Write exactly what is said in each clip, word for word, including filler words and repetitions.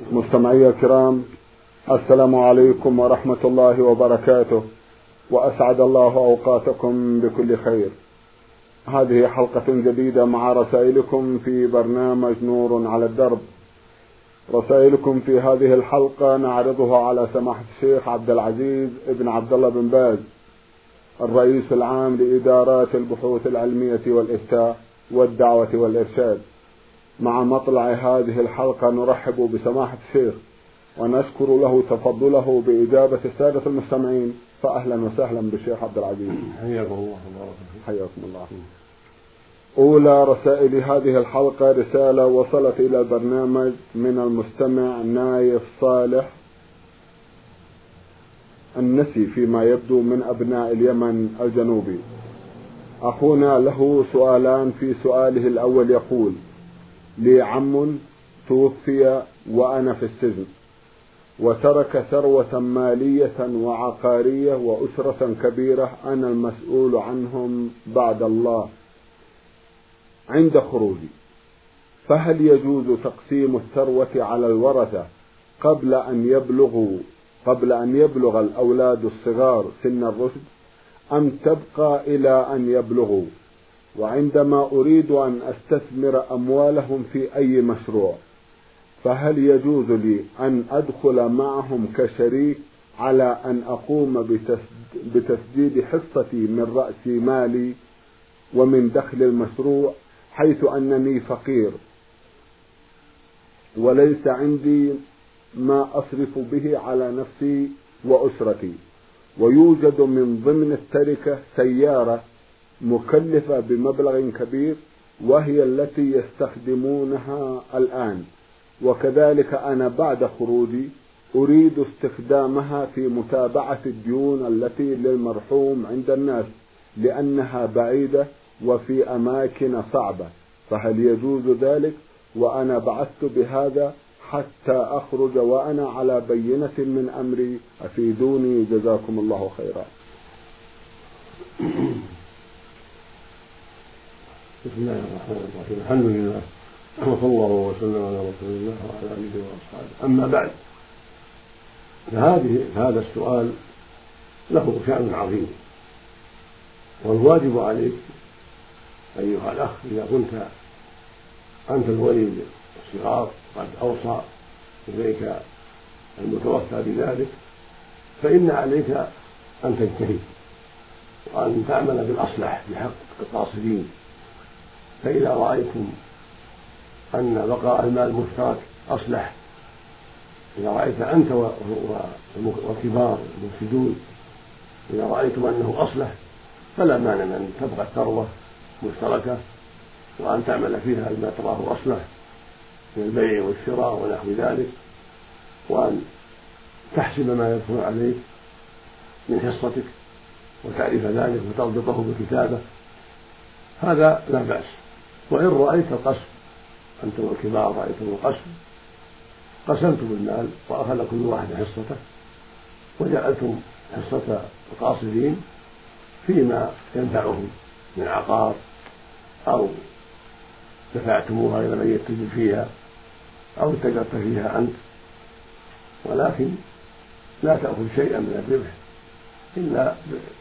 مستمعي الكرام، السلام عليكم ورحمة الله وبركاته، وأسعد الله أوقاتكم بكل خير. هذه حلقة جديدة مع رسائلكم في برنامج نور على الدرب. رسائلكم في هذه الحلقة نعرضها على سماحة الشيخ عبد العزيز ابن عبد الله بن باز، الرئيس العام لإدارات البحوث العلمية والإفتاء والدعوة والإرشاد. مع مطلع هذه الحلقة نرحب بسماحة الشيخ ونشكر له تفضله بإجابة السادة المستمعين، فأهلا وسهلا بالشيخ عبد العزيز. حياكم الله. حياكم الله. أولى رسائل هذه الحلقة رسالة وصلت إلى البرنامج من المستمع نايف صالح النسي فيما يبدو من أبناء اليمن الجنوبي. أخونا له سؤالان. في سؤاله الأول يقول: لي عم توفي وأنا في السجن، وترك ثروة مالية وعقارية وأسرة كبيرة أنا المسؤول عنهم بعد الله عند خروجي، فهل يجوز تقسيم الثروة على الورثة قبل أن يبلغوا قبل أن يبلغ الأولاد الصغار سن الرشد، أم تبقى إلى أن يبلغوا؟ وعندما أريد أن أستثمر أموالهم في أي مشروع، فهل يجوز لي أن أدخل معهم كشريك على أن أقوم بتسديد حصتي من رأس مالي ومن دخل المشروع، حيث أنني فقير وليس عندي ما أصرف به على نفسي وأسرتي، ويوجد من ضمن التركة سيارة مكلفة بمبلغ كبير وهي التي يستخدمونها الآن، وكذلك أنا بعد خروجي أريد استخدامها في متابعة الديون التي للمرحوم عند الناس لأنها بعيدة وفي أماكن صعبة، فهل يجوز ذلك؟ وأنا بعثت بهذا حتى أخرج وأنا على بينة من أمري، أفيدوني جزاكم الله خيرا. بسم الله الرحمن الرحيم. الحمد لله وصلى الله وسلم على رسول الله وعلى آله وأصحابه. أما بعد، فهذه هذا السؤال له شأن عظيم، والواجب عليك أيها الأخ إذا كنت أنت الولي الصغار قد أوصى إليك المتوفى بذلك، فإن عليك أن تجتهد وأن تعمل بالأصلح بحق القاصدين. فإذا رأيتم أن بقاء المال المشترك أصلح، إذا رأيت أنت والكبار المفسدون إذا رأيتم أنه أصلح، فلا مانع من أن تبقى الثروة مشتركة وأن تعمل فيها ما تراه أصلح من البيع والشراء ونحو ذلك، وأن تحسب ما يدخل عليك من حصتك وتعرف ذلك وتضبطه بكتابة، هذا لا بأس. وإن رأيت القسم، أنت والكبار رأيتم القسم، قسمتم المال وأخذ كل واحد حصته وجعلتم حصة القاصدين فيما ينفعهم من عقار أو دفعتموها إلى من يتجر فيها أو اتجرت فيها أنت، ولكن لا تأخذ شيئا من الربح إلا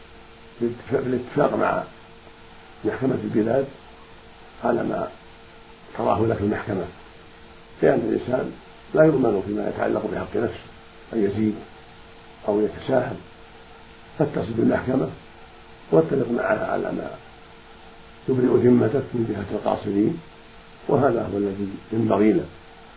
بالاتفاق مع محكمة البلاد على ما تراه لك المحكمة، لأن الإنسان لا يؤمن فيما يتعلق بحق نفسه أن يزيد أو يتساهل، فاتصل بالمحكمة واتفق معها على ما يبرئ ذمتك من جهة القاصدين، وهذا هو الذي ينبغي له.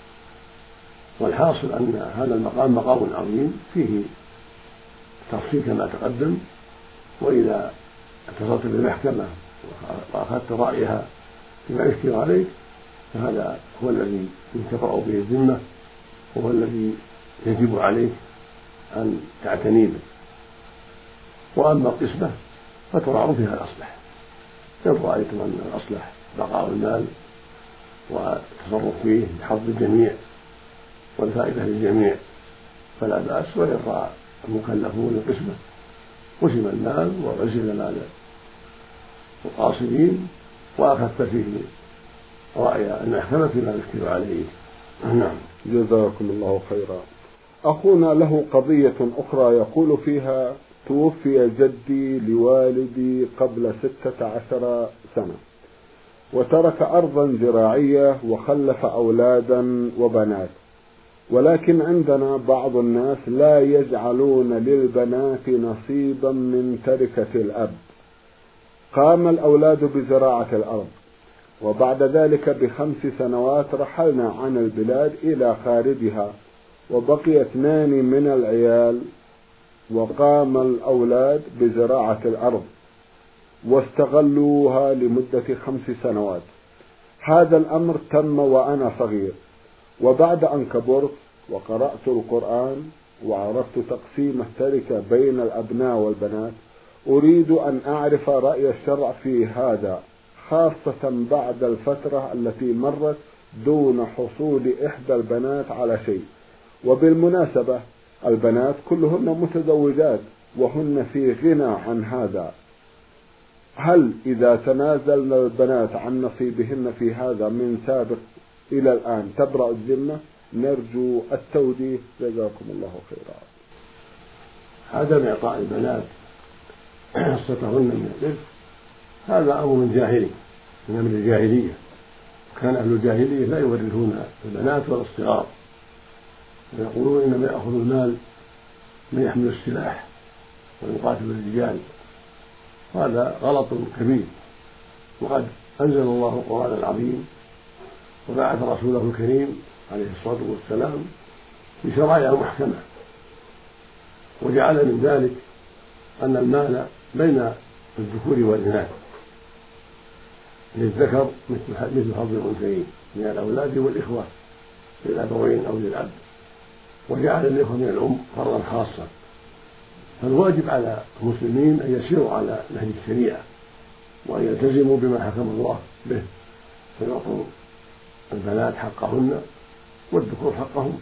والحاصل أن هذا المقام مقام عظيم فيه تفصيل كما تقدم، وإذا اتصلت بالمحكمة وأخذت رأيها فيما يشكل عليك فهذا هو الذي تبرأ به الذمة، وهو الذي يجب عليك أن تعتني به. وأما القسمة فتراعوا فيها الأصلح، إن رأيتم أن الأصلح بقاء المال والتصرف فيه بحظ الجميع والفائدة للجميع فلا بأس. وإن رأى المكلفون القسمة قسم المال وعزل مال القاصدين وأخذت فيه رأي المحكمة فيما يشكل عليه نعم. جزاكم الله خيرا. أخونا له قضية أخرى يقول فيها: توفي جدي لوالدي قبل ستة عشر سنة، وترك أرضا زراعية وخلف أولادا وبنات، ولكن عندنا بعض الناس لا يجعلون للبنات نصيبا من تركة الأب. قام الأولاد بزراعة الأرض، وبعد ذلك بخمس سنوات رحلنا عن البلاد إلى خارجها، وبقي اثنان من العيال، وقام الأولاد بزراعة الأرض واستغلوها لمدة خمس سنوات. هذا الأمر تم وأنا صغير، وبعد أن كبرت وقرأت القرآن وعرفت تقسيم التركة بين الأبناء والبنات، أريد أن أعرف رأي الشرع في هذا، خاصة بعد الفترة التي مرت دون حصول إحدى البنات على شيء. وبالمناسبة البنات كلهن متزوجات وهن في غنى عن هذا. هل إذا تنازلنا البنات عن نصيبهن في هذا من سابق إلى الآن تبرأ الذمة؟ نرجو التوضيح، جزاكم الله خيرا. عدم إعطاء البنات حصتهن من الإرث هذا أمر جاهلي من أمر الجاهلية. كان أهل الجاهلية لا يورثون البنات ولا الصغار، ويقولون إنما يأخذ المال من يحمل السلاح ويقاتل الرجال، وهذا غلط كبير. وقد أنزل الله القرآن العظيم وبعث رسوله الكريم عليه الصلاة والسلام بشرائع محكمة، وجعل من ذلك أن المال بين الذكور والإناث للذكر مثل حظ الأنثيين من الأولاد والإخوة للأبوين أو للأب، وجعل الإخوة من الأم فرضا خاصا. فالواجب على المسلمين أن يسيروا على نهج الشريعة وأن يلتزموا بما حكم الله به، فيعطوا البنات حقهن والذكور حقهم،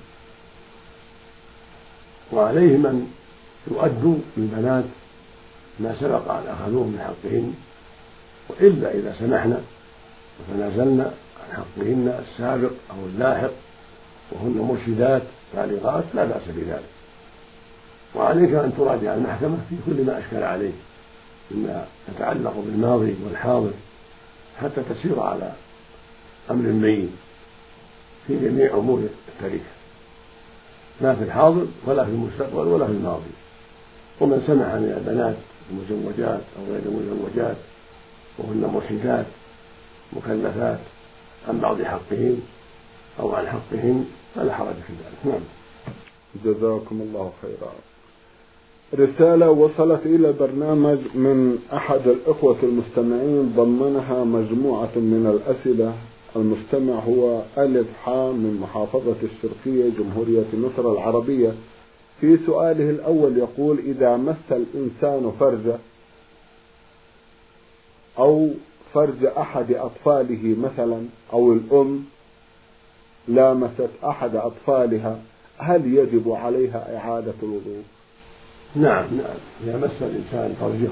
وعليهم أن يؤدوا للبنات ما سبق أن أخذوه من حقهن، وإلا إذا سمحنا وتنازلنا عن حقهن السابق أو اللاحق وهن مرشدات بالغات لا بأس بذلك. وعليك أن تراجع المحكمة في كل ما أشكل عليه مما يتعلق بالماضي والحاضر حتى تسير على أمر بين في جميع أمور التاريخ، لا في الحاضر ولا في المستقبل ولا في الماضي. ومن سمح من البنات المزوجات أو غير المزوجات وهن مرشدات مكلفات عن بعض حقهن أو عن حقهن فلا حرج في ذلك. نعم. جزاكم الله خيرا. رسالة وصلت إلى البرنامج من أحد الإخوة المستمعين ضمنها مجموعة من الأسئلة. المستمع هو ألف حا من محافظة الشرقية جمهورية مصر العربية. في سؤاله الأول يقول: إذا مس الإنسان فرجه أو فرج أحد أطفاله مثلا، أو الأم لامست أحد أطفالها، هل يجب عليها إعادة الوضوء؟ نعم نعم إذا مس الإنسان فرجه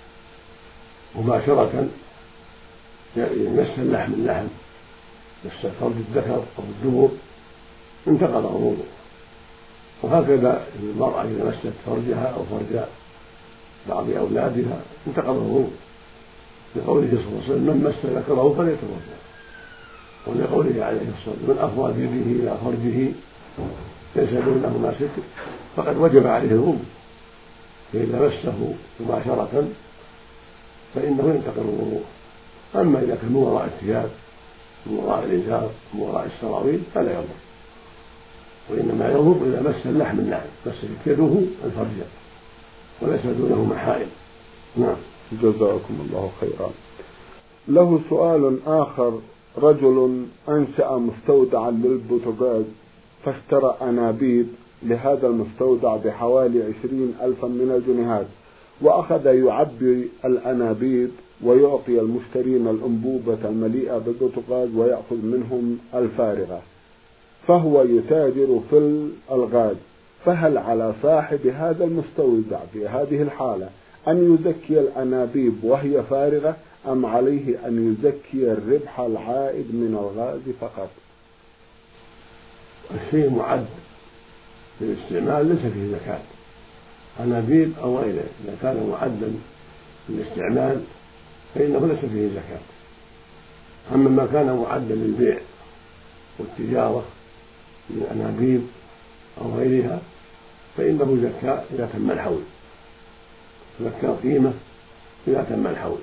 مباشرة، يعني مس اللحم اللحم مس فرج الذكر أو الدبر انتقض الوضوء. وهكذا المرأة إذا مست فرجها أو فرج بعض أولادها انتقض الوضوء، لقوله صلى الله عليه وسلم: من مس ذكره فليتوضأ. ولقوله عليه الصلاة والسلام: من أفضى بيده إلى فرجه ليس دونهما ستر فقد وجب عليه الوضوء. فإذا مسه مباشرة فإنه ينتقض الوضوء. أما إذا كان من وراء الثياب من وراء الإزار من وراء السراويل فلا يضر، وإنما يضر إذا مس اللحم اللحم مس يده الفرج وليس دونه محائل. نعم. جزاكم الله خيرا. له سؤال آخر: رجل أنشأ مستودعا للبوتاجاز فاشترى أنابيب لهذا المستودع بحوالي عشرين ألفا من الجنيهات، وأخذ يعبي الأنابيب ويعطي المشترين الأنبوبة المليئة بالبوتاجاز ويأخذ منهم الفارغة، فهو يتاجر في الغاز. فهل على صاحب هذا المستودع في هذه الحالة أن يزكي الأنابيب وهي فارغة، أم عليه أن يزكي الربح العائد من الغاز فقط؟ الشيء معد للاستعمال ليس فيه زكاة، أنابيب أو غيره إذا كان معدا للاستعمال فإنه ليس فيه زكاة. أما ما كان معدا للبيع والتجارة من أنابيب أو غيرها فإنه زكاة إذا تم الحول، زكاة قيمة إذا تم الحول،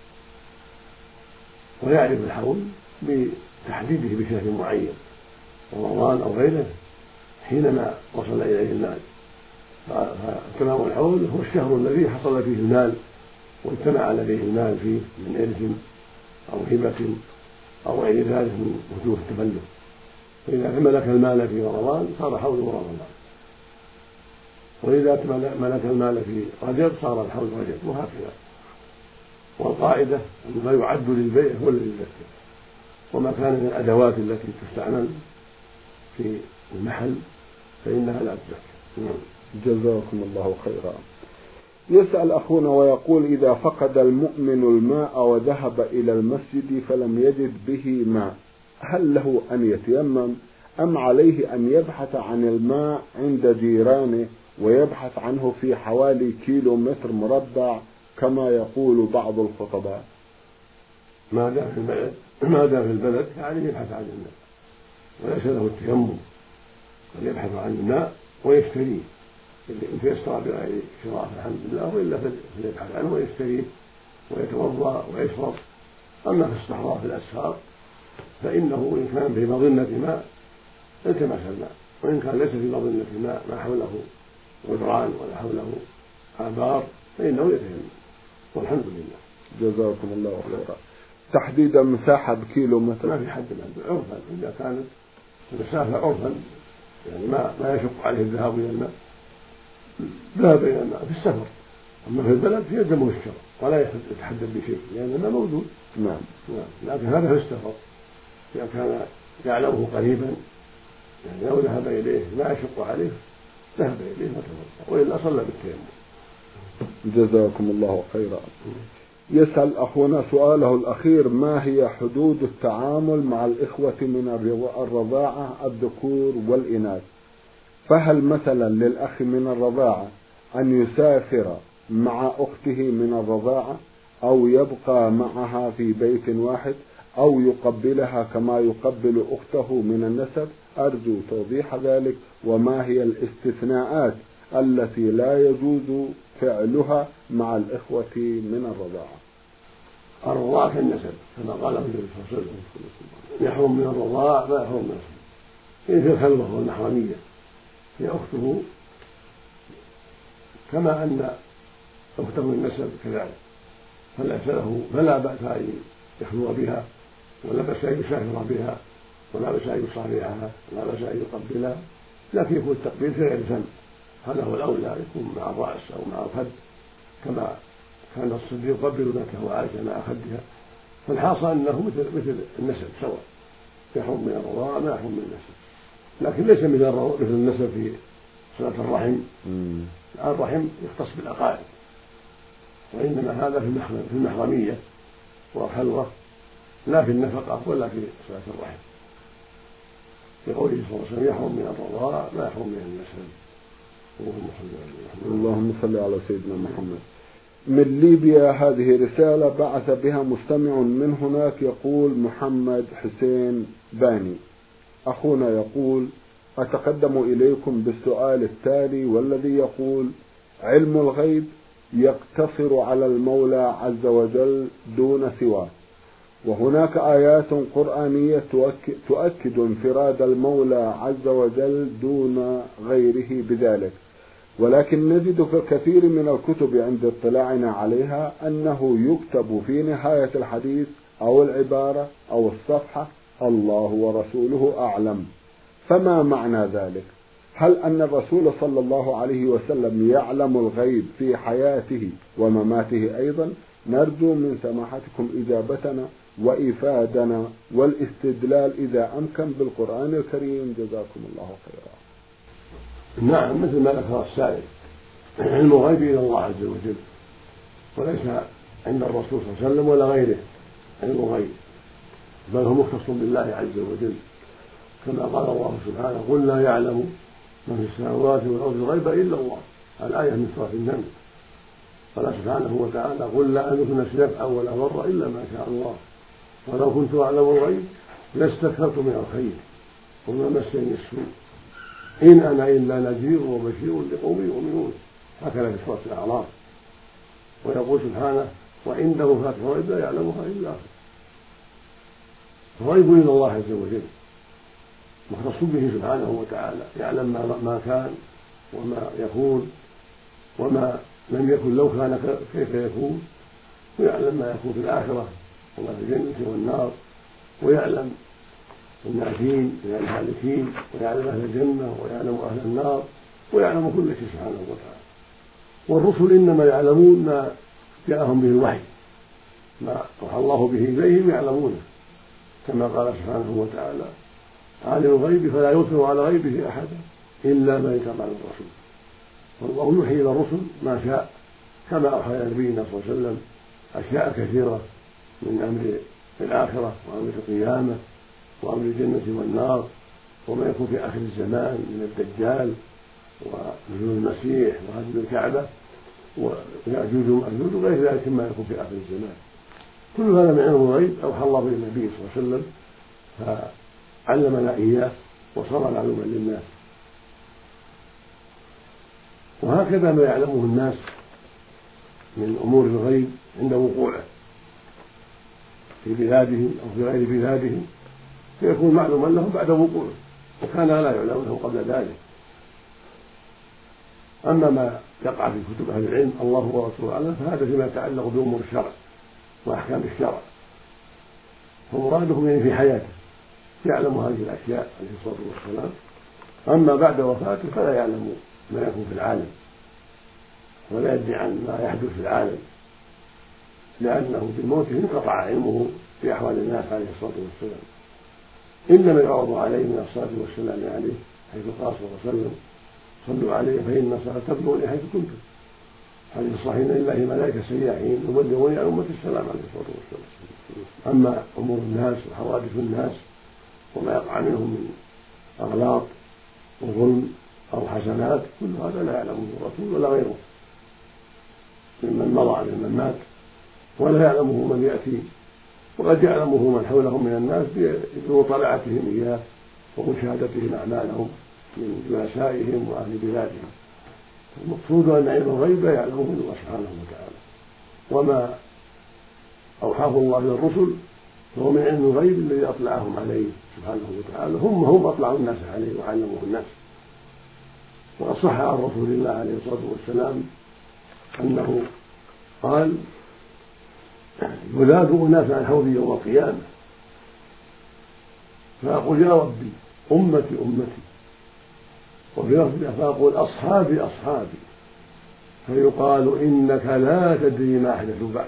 ويعرف الحول بتحديده بشهر معين رمضان أو غيره حينما وصل إليه المال. فتمام الحول هو الشهر الذي حصل فيه المال واجتمع لديه المال فيه من إرث أو هبة أو غير ذلك من وجوه التبلغ. فإذا ملك المال في رمضان صار حوله رمضان، وإذا ملك المال في رجب صار الحول رجب، وهكذا. والقاعدة أن ما يعد للبيع هو الذي يزكى، وما كان من الأدوات التي تستعمل في المحل فإنها لا تزكى. جزاكم الله خيرا. يسأل أخونا ويقول: إذا فقد المؤمن الماء وذهب إلى المسجد فلم يجد به ماء، هل له أن يتيمم أم عليه أن يبحث عن الماء عند جيرانه ويبحث عنه في حوالي كيلو متر مربع كما يقول بعض الخطباء؟ ما دام في البلد ما دام في البلد يعني يبحث عن الماء وليس له التيمم، بل يبحث عن الماء ويشتريه إن تيسر بغير شراء الحمد لله، وإلا فليبحث عنه ويشتريه ويتوضأ ويشرب. أما في الصحراء في الأسفار فإنه إن كان في مظنة ماء التمس الماء، وإن كان ليس في مظنة ماء ما حوله غدران ولا حوله آبار فإنه يتيمم، والحمد لله. جزاكم الله خيرا. تحديد المساحة بكيلو متر ما في حد عرفا، إذا كانت المسافة عرفا يعني ما ما يشق عليه الذهاب إلى الماء ذهب إلى الماء في السفر. أما في البلد يلزمه الشرع ولا يتحدد بشيء لأن الماء موجود. نعم. لكن هذا في السفر إذا كان يعلمه قريبا يعني لو ذهب إليه ما يشق عليه ذهب إليه وتوضأ، وإلا صلى بالتيمم. جزاكم الله خيرا. يسأل أخونا سؤاله الأخير: ما هي حدود التعامل مع الإخوة من الرضاعة الذكور والإناث؟ فهل مثلا للأخ من الرضاعة أن يسافر مع أخته من الرضاعة أو يبقى معها في بيت واحد أو يقبلها كما يقبل أخته من النسب؟ أرجو توضيح ذلك، وما هي الاستثناءات التي لا يجوز فعلها مع الإخوة من الرضاعة؟ الرضاعة كالنسب كما قال النبي صلى الله عليه وسلم: يحرم من الرضاعة ما يحرم من النسب. إن في الخلوة والمحرمية هي أخته كما أن أخته من النسب كذلك، فليس له فلا بأس أن يخلو بها ولا بأس أن يسافر بها ولا بأس أن يصافحها ولا بأس أن يقبلها، لكن يكون التقبيل في غير ذنب. هذا هو الأولى، يكون مع الرأس أو مع الخد كما كان الصديق يقبل ابنته عائشة مع خدها. فالحاصل أنه مثل مثل النسب سواء، يحرم من الرضاعة ما يحرم من النسب، لكن ليس مثل مثل النسب في صلة الرحم. الرحم يختص بالأقارب، وإنما هذا في المحرمية والخلوة لا في النفقة ولا في صلة الرحم، لقوله صلى الله عليه وسلم: يحرم من الرضاعة ما يحرم من النسب. اللهم صل على سيدنا محمد. من ليبيا هذه رسالة بعث بها مستمع من هناك يقول: محمد حسين باني. أخونا يقول: أتقدم إليكم بالسؤال التالي والذي يقول: علم الغيب يقتصر على المولى عز وجل دون سواه، وهناك آيات قرآنية تؤكد انفراد المولى عز وجل دون غيره بذلك، ولكن نجد في الكثير من الكتب عند اطلاعنا عليها أنه يكتب في نهاية الحديث أو العبارة أو الصفحة: الله ورسوله أعلم. فما معنى ذلك؟ هل أن الرسول صلى الله عليه وسلم يعلم الغيب في حياته ومماته أيضا؟ نرجو من سماحتكم إجابتنا وإفادنا والاستدلال إذا أمكن بالقرآن الكريم، جزاكم الله خيرا. نعم، مثل ما ذكر السائل، علم الغيب إلى الله عز وجل، وليس عند الرسول صلى الله عليه وسلم ولا غيره علم الغيب، بل هو مختص بالله عز وجل. كما قال الله سبحانه قل لا يعلم من في السماوات والأرض الغيب إلا الله، الآية من سورة النمل. قال سبحانه وتعالى قل لا أملك نفسي نفعا ولا ضرا إلا ما شاء الله ولو كنت أعلم الغيب لاستكثرت من الخير وما مسني السوء إن أنا إلا نذير وبشير لقوم يؤمنون، هكذا في سورة الأعراف. ويقول سبحانه وعنده فاتح الغيب لا يعلمها إلا هو. الغيب إلى الله عز وجل مختص به سبحانه وتعالى، يعلم ما كان وما يكون وما لم يكن لو كان كيف يكون، ويعلم ما يكون في الآخرة وما في الجنة والنار، ويعلم الناجين من الهالكين، ويعلم أهل الجنة ويعلم أهل النار، ويعلم كل شيء سبحانه وتعالى. والرسل إنما يعلمون ما جاءهم به الوحي، ما أوحى الله به إليهم يعلمونه، كما قال سبحانه وتعالى عالم الغيب فلا يظهر على غيبه أحدا إلا من ارتضى من الرسول. والله يوحي إلى الرسل ما شاء، كما أوحى إلى نبينا صلى الله عليه وسلم أشياء كثيرة من أمر الآخرة وأمر القيامة وأمر الجنة والنار وما يكون في آخر الزمان من الدجال ونزول المسيح وهدم الكعبة ويأجوج ومأجوج وغير ذلك مما يكون في آخر الزمان. كل هذا من علم الغيب أوحى الله به النبي صلى الله عليه وسلم فعلمنا إياه وصار معلوما للناس. وهكذا ما يعلمه الناس من أمور الغيب عند وقوعه في بلادهم أو في غير بلادهم فيكون معلوما لهم بعد وقوعه، وكان لا يعلم لهم قبل ذلك. أما ما يقع في كتب أهل العلم الله ورسوله أعلم فهذا فيما يتعلق بأمور الشرع وأحكام الشرع، فمرادهم يعني في حياته يعلم هذه الأشياء عليه الصلاة والسلام. أما بعد وفاته فلا يعلم ما يكون في العالم ولا يدري عن ما يحدث في العالم، لأنه بموته انقطع علمه في أحوال الناس عليه الصلاة والسلام. إنما يعرض عليه من الصلاة والسلام عليه حيث قال صلى الله عليه وسلم صلوا عليه فإن الصلاة تبلغني حيث كنتم، حديث صحيح لله ملائكة سياحين يبلغوني عن أمة السلام عليه الصلاة والسلام. أما أمور الناس وحوادث الناس وما يقع منهم من أغلاط وظلم أو حسنات كل هذا لا يعلمه الرسول ولا غيره ممن مضى ممن مات، ولا يعلمه من يأتي، وقد يعلمه من حولهم من الناس بمطالعتهم إياه ومشاهدتهم أعمالهم من جلسائهم وأهل بلادهم. المقصود أن علم الغيب يعلمه الله سبحانه وتعالى، وما أوحاه الله إلى الرسل فهو من علم الغيب الذي أطلعهم عليه سبحانه وتعالى، هم هم أطلعوا الناس عليه وعلموه الناس. وقد صح عن رسول الله عليه الصلاة والسلام أنه قال يناد أناس عن حوضي يوم القيامة فأقول يا ربي أمتي أمتي، وفي لفظ فأقول أصحابي أصحابي، فيقال إنك لا تدري ما أحدثوا بعدك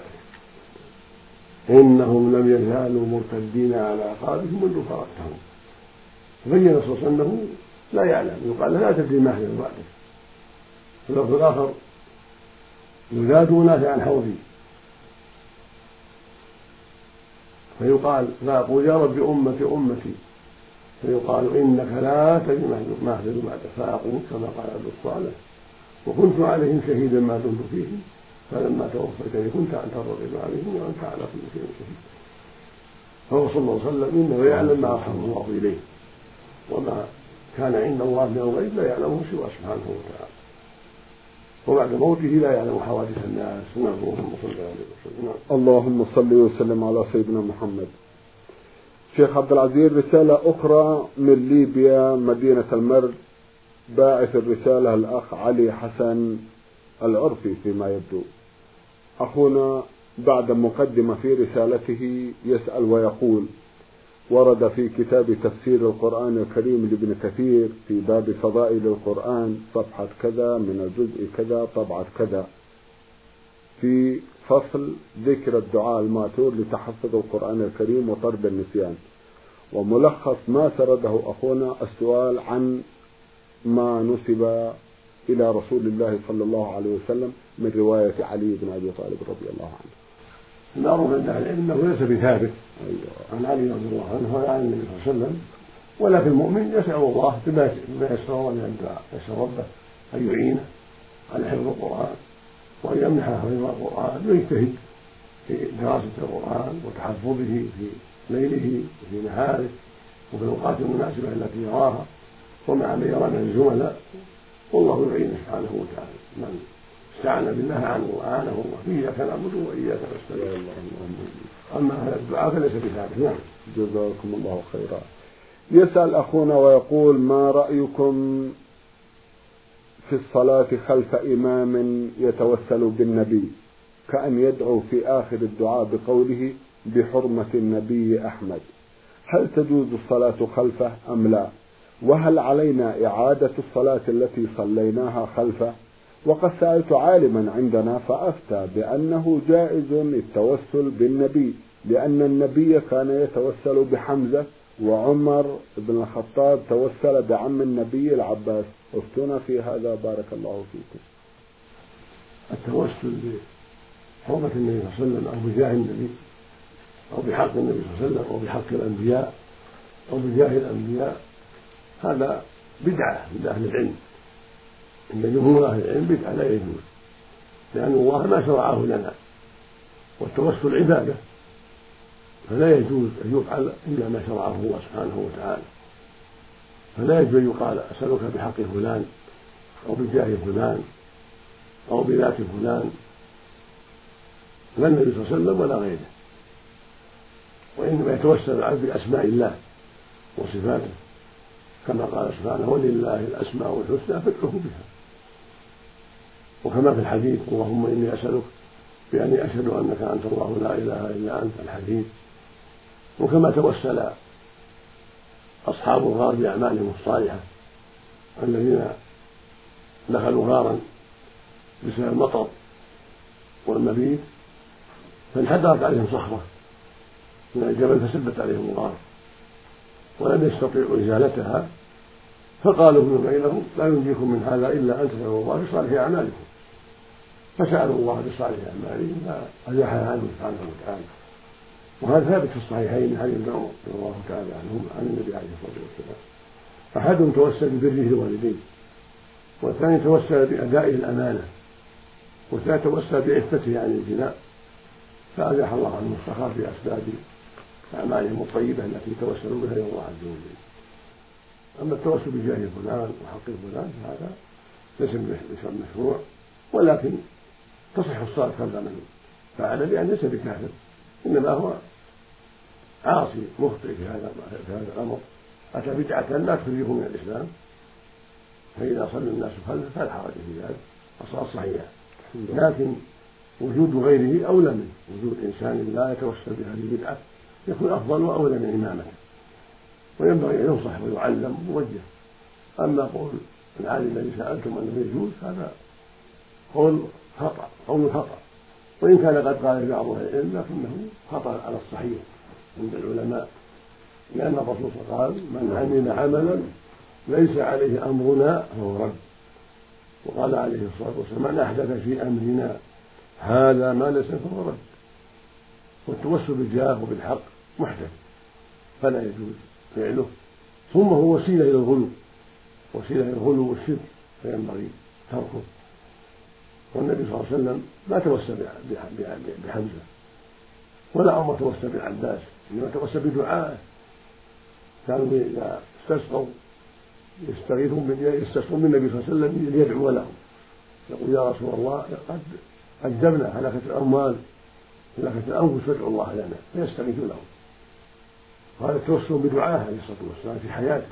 إنهم لم يزالوا مرتدين على أعقابهم منذ فرقتهم. فبين صلى الله عليه وسلم أنه لا يعلم، يقال لا تدري ما أحدثوا بعدك. في اللفظ الآخر يناد أناس عن حوضي فيقال فأقول يا رب أمتي أمتي، فيقال إنك لا تدري ما أحدثوا بعدك، فأقول كما قال عبد الصالح وكنت عليهم شهيدا ما دمت فيهم فلما توفيتني كنت أنت الرقيب عليهم وأنت على كل شيء شهيد. فهو صلى الله عليه وسلم إنه يعلم ما أوحاه الله إليه، وما كان عند الله من الغيب لا يعلمه سواه سبحانه وتعالى، وبعد موته لا يعلم حوادث الناس. اللهم صل عليه وسلم. اللهم صل وسلم على سيدنا محمد. شيخ عبد العزيز رسالة أخرى من ليبيا مدينة المرج، باعث الرسالة الأخ علي حسن العرفي فيما يبدو. أخونا بعد مقدمة في رسالته يسأل ويقول: ورد في كتاب تفسير القرآن الكريم لابن كثير في باب فضائل القرآن صفحة كذا من الجزء كذا طبعة كذا في فصل ذكر الدعاء الماثور لتحفظ القرآن الكريم وطرد النسيان، وملخص ما سرده أخونا السؤال عن ما نسب إلى رسول الله صلى الله عليه وسلم من رواية علي بن أبي طالب رضي الله عنه. المعروف عند أهل العلم أنه ليس بثابت عن علي رضي الله عنه ولا عن النبي صلى الله عليه وسلم، ولكن المؤمن يسأل الله بما يسر من الدعاء، يسأل ربه أن يعينه على حفظ القرآن وأن يمنحه حفظ القرآن، ويجتهد في دراسة القرآن وتحفظه في ليله وفي نهاره وفي الأوقات المناسبة التي يراها ومع من يرى من الزملاء، والله يعينه سبحانه وتعالى. من استعان بالله عنه وأعانه الله، إياك نعبد وإياك نستعين. أما هذا الدعاء فليس بذلك. نعم. جزاكم الله خيرا. يسأل أخونا ويقول: ما رأيكم في الصلاة خلف إمام يتوسل بالنبي، كأن يدعو في آخر الدعاء بقوله بحرمة النبي أحمد، هل تجوز الصلاة خلفه أم لا؟ وهل علينا إعادة الصلاة التي صليناها خلفه؟ وقد سألت عالما عندنا فأفتى بأنه جائز التوسل بالنبي، لأن النبي كان يتوسل بحمزة، وعمر بن الخطاب توسل بعم النبي العباس. افتونا في هذا بارك الله فيكم. التوسل بحرمة النبي صلى الله عليه وسلم أو بجاه النبي أو بحق النبي صلى الله عليه وسلم أو بحق الأنبياء أو بجاه الأنبياء هذا بدعة من أهل العلم، إن جمهور أهل العلم بدعة لا يجوز، لأن الله ما شرعه لنا، والتوسل عبادة فلا يجوز أن يفعل إلا ما شرعه الله سبحانه وتعالى. فلا يجوز أن يقال أسألك بحق فلان أو بجاه فلان أو بذات فلان، لا النبي صلى الله عليه وسلم ولا غيره، وإنما يتوسل العبد بأسماء الله وصفاته، كما قال سبحانه: ولله الأسماء الحسنى فادعوه بها. وكما في الحديث: اللهم إني أسألك بأني أشهد أنك أنت الله لا إله إلا أنت، الحديث. وكما توسل أصحاب الغار بأعمالهم الصالحة الذين دخلوا غارا بسبب المطر والمبيت، فانحدرت عليهم صخرة من الجبل فسبت عليهم الغار ولم يستطيعوا إزالتها، فقالوا من بينهم: لا ينجيكم من هذا إلا أن تسألوا الله بصالح أعمالكم، فسألوا الله بصالح أعمالهم فأزاحها عنهم سبحانه وتعالى. وهذا ثابت في الصحيحين من حديث ابن عمر رضي الله تعالى عنهم عن النبي عليه الصلاة والسلام: أحدهم توسل ببره الوالدين، والثاني توسل بأدائه الأمانة، والثالث توسل بعفته عن الزنا، فأزاح الله عنهم الصخر بأسباب أعمالهم الطيبة التي توسلوا بها إلى الله عز وجل. أما التوسل بجاه فلان وحق فلان فهذا ليس مشروع، ولكن تصح الصلاة خلف من فعل، لأن ليس بكافر، إنما هو عاصي مخطئ في هذا في هذا الأمر، أتى بدعة لا تخرجه من الإسلام، فإذا صلى الناس خلفه فلا حرج في ذلك، الصلاة صحيحة. لكن وجود غيره أولى منه، وجود إنسان لا يتوسل بهذه البدعة يكون أفضل وأولى من إمامته، وينبغي أن ينصح ويعلم ويوجه. أما قول العالم الذي سألتم أنه يجوز هذا قول خطأ، قول خطأ، وإن كان قد قال بعض أهل العلم لكنه خطأ على الصحيح عند العلماء، لأن الرسول قال: من عمل عملا ليس عليه أمرنا فهو رد. وقال عليه الصلاة والسلام: من أحدث في أمرنا هذا ما ليس فهو رد. والتوسل بالجاه وبالحق محدث فلا يجوز فعله، ثم هو وسيلة إلى الغلو، وسيلة إلى الغلو والشرك، فينبغي تركه. والنبي صلى الله عليه وسلم ما توسل بحمزة ولا عمر توسل بالعباس، إنما توسل بدعائه. كانوا إذا استسقوا يستغيثون يستسقون بالنبي صلى الله عليه وسلم ليدعو لهم، يقول: يا رسول الله قد أجدبنا هلكت الأموال هلكت الأنفس فادعوا الله لنا، فيستغيثوا لهم. وهذا التوسل بدعائه عليه الصلاة والسلام في حياته،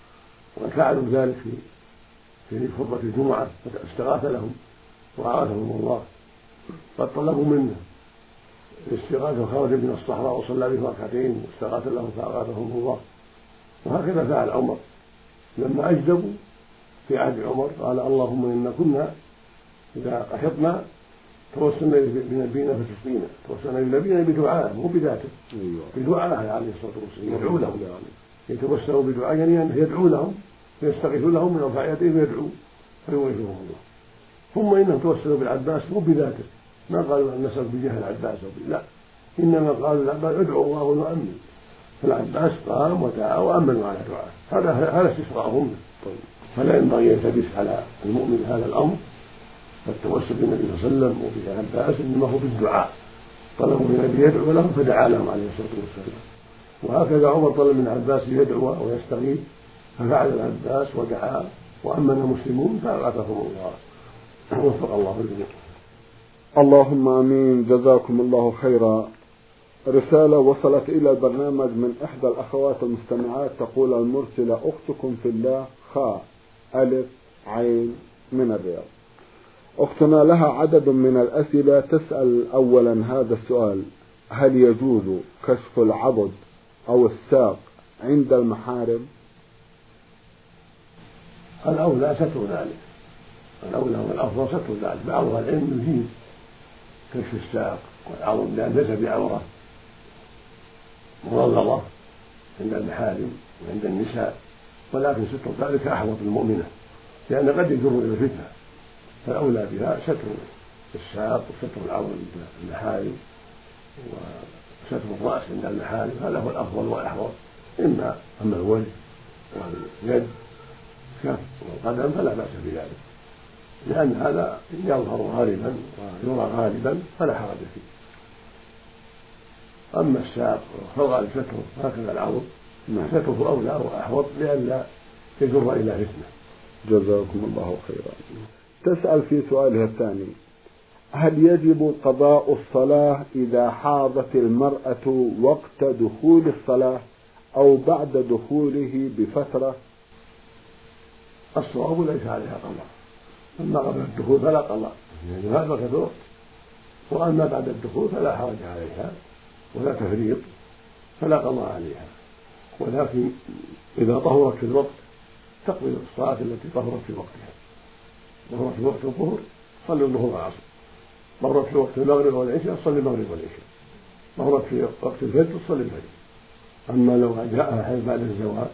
وفعلوا ذلك في في خطبة الجمعة فاستغاث لهم وأغاثهم الله. قد طلبوا منه الاستغاثة وخرج من الصحراء وصلى بهم ركعتين واستغاث لهم فأغاثهم الله. وهكذا فعل عمر لما أجدبوا في عهد عمر، قال: اللهم إنا كنا إذا قحطنا توسلنا بنبينا فتسقينا. توسلنا بنبينا بدعاء مو بذاته، بدعاء عليه الصلاة والسلام، يدعو لهم، يتوسلوا بدعاء يعني يدعو لهم، فيستغيث لهم من رفاعيتهم ويدعو فيغيثهم الله. ثم إنهم توسلوا بالعباس مو بذاته، ما قالوا أن نسأل بجاه العباس أو لا، إنما قالوا العباس ادعوا الله ونؤمن، فالعباس قام ودعا وأمنوا على دعاء، هذا هذا استسقاءهم. فلا ينبغي يلتبس على المؤمن هذا الأمر، فالتوسل بالنبي صلى الله عليه وسلم وبالعباس إنما هو بالدعاء، طلبوا من النبي يدعو لهم فدعا لهم عليه الصلاة والسلام. وهكذا عمر طلب من العباس يدعو ويستغيث ففعل العباس ودعا وأمن المسلمون فأغاثهم الله. وفق الله الجميع. اللهم آمين. جزاكم الله خيرا. رسالة وصلت إلى البرنامج من إحدى الأخوات المستمعات تقول المرسلة: أختكم في الله خاء ألف عين من الرياض. أختنا لها عدد من الأسئلة. تسأل أولا هذا السؤال: هل يجوز كشف العضد أو الساق عند المحارم؟ الأولى ستر ذلك، الأولى والأفضل ستر ذلك. بعض العلم يجيز كشف الساق والعضد لأن ليس بعورة مغلظة عند المحارم وعند النساء، ولكن ستر ذلك أحوط المؤمنة لأن قد يجر إلى الفتنة، فالأولى بها ستر الساق وستر العورة عند المحارم وستر الرأس عند المحارم، هذا هو الأفضل والأحوط. إما أما الوجه واليد كف والقدم فلا بأس بذلك، لأن هذا يظهر غالبا ويرى غالبا فلا حرج فيه. أما الساق فالغالب ستره هكذا العضد ستره أولى وأحوط لئلا يجر إلى فتنة. جزاكم الله خيرا. تسأل في سؤالها الثاني: هل يجب قضاء الصلاة إذا حاضت المرأة وقت دخول الصلاة أو بعد دخوله بفترة؟ الصواب ليس عليها قضاء، أما قبل الدخول فلا قضاء يعني هذا وقت الوقت، وأما بعد الدخول فلا حرج عليها ولا تفريط فلا قضاء عليها، ولكن إذا طهرت في الوقت تقضي الصلاة التي طهرت في وقتها. طهرت في وقت الظهر صلي الظهر والعصر، طهرت في وقت المغرب والعشاء صلي المغرب والعشاء، طهرت في وقت الفجر صلي الفجر. أما لو جاءها حيث بعد الزواج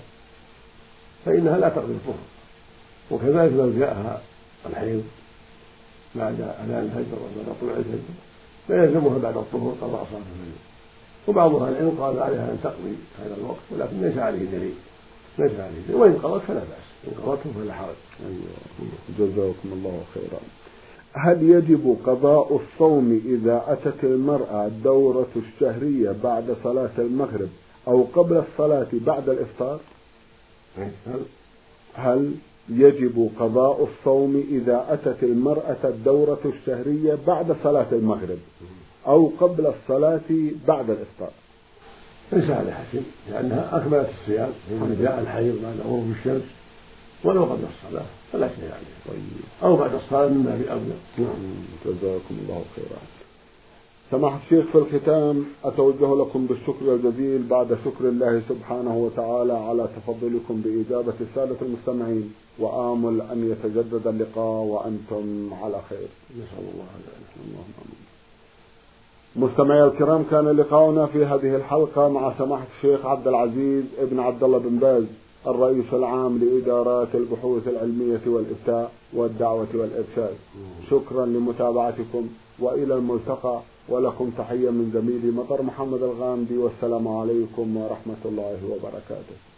فإنها لا تقضي الظهر، وكذلك لو جاءها الحيض بعد أذان الفجر وبعد طلوع الفجر فيلزمها بعد الظهر قضاء صلاة الفجر. وبعض أهل العلم قال عليها أن تقضي هذا الوقت، ولكن ليس عليه دليل، ليس عليه دليل، وإن قضت فلا بأس، إن قضته فلا حرج. أيوة. جزاكم الله خيرا. هل يجب قضاء الصوم إذا أتت المرأة الدورة الشهرية بعد صلاة المغرب أو قبل الصلاة بعد الإفطار؟ هل هل يجب قضاء الصوم إذا أتت المرأة الدورة الشهرية بعد صلاة المغرب أو قبل الصلاة بعد الإفطار؟ ليس على حسن، لأنها أكملت الصيام حين جاء الحيض بعد غروب الشمس، ولو قبل الصلاة فلا شيء عليه. طيب. أو بعد الصلاة من باب أولى. نعم. جزاكم الله خيرا. سماحة الشيخ، في الختام أتوجه لكم بالشكر الجزيل بعد شكر الله سبحانه وتعالى على تفضلكم بإجابة السادة المستمعين، وآمل أن يتجدد اللقاء وأنتم على خير. نسأل الله ذلك. اللهم آمين. مستمعي الكرام، كان لقاؤنا في هذه الحلقة مع سماحة الشيخ عبد العزيز ابن عبد الله بن باز، الرئيس العام لإدارات البحوث العلمية والإفتاء والدعوة والإرشاد. شكرا لمتابعتكم وإلى الملتقى، ولكم تحية من زميلي مطر محمد الغامدي، والسلام عليكم ورحمة الله وبركاته.